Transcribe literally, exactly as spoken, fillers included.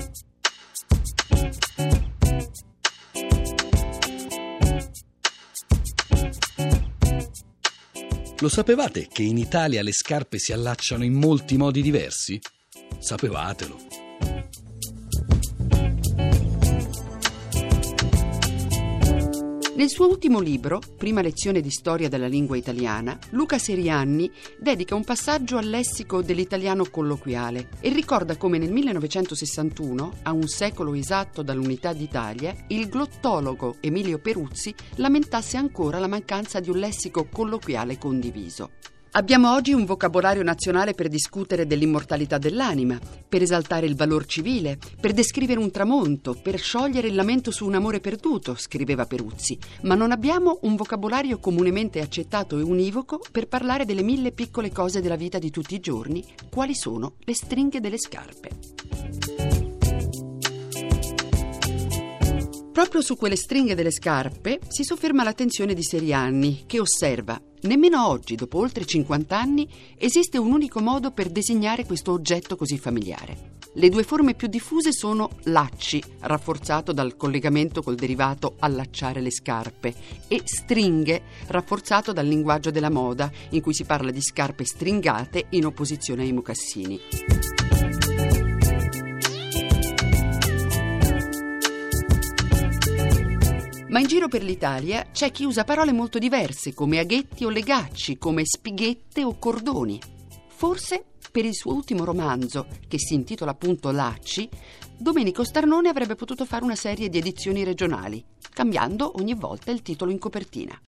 Lo sapevate che in Italia le scarpe si allacciano in molti modi diversi? Sapevatelo. Nel suo ultimo libro, Prima lezione di storia della lingua italiana, Luca Serianni dedica un passaggio al lessico dell'italiano colloquiale e ricorda come nel millenovecentosessantuno, a un secolo esatto dall'unità d'Italia, il glottologo Emilio Peruzzi lamentasse ancora la mancanza di un lessico colloquiale condiviso. Abbiamo oggi un vocabolario nazionale per discutere dell'immortalità dell'anima, per esaltare il valor civile, per descrivere un tramonto, per sciogliere il lamento su un amore perduto, scriveva Peruzzi, ma non abbiamo un vocabolario comunemente accettato e univoco per parlare delle mille piccole cose della vita di tutti i giorni, quali sono le stringhe delle scarpe. Proprio su quelle stringhe delle scarpe si sofferma l'attenzione di Serianni, che osserva: nemmeno oggi, dopo oltre cinquanta anni, esiste un unico modo per designare questo oggetto così familiare. Le due forme più diffuse sono lacci, rafforzato dal collegamento col derivato allacciare le scarpe, e stringhe, rafforzato dal linguaggio della moda, in cui si parla di scarpe stringate in opposizione ai mocassini. Ma in giro per l'Italia c'è chi usa parole molto diverse, come aghetti o legacci, come spighette o cordoni. Forse, per il suo ultimo romanzo, che si intitola appunto Lacci, Domenico Starnone avrebbe potuto fare una serie di edizioni regionali, cambiando ogni volta il titolo in copertina.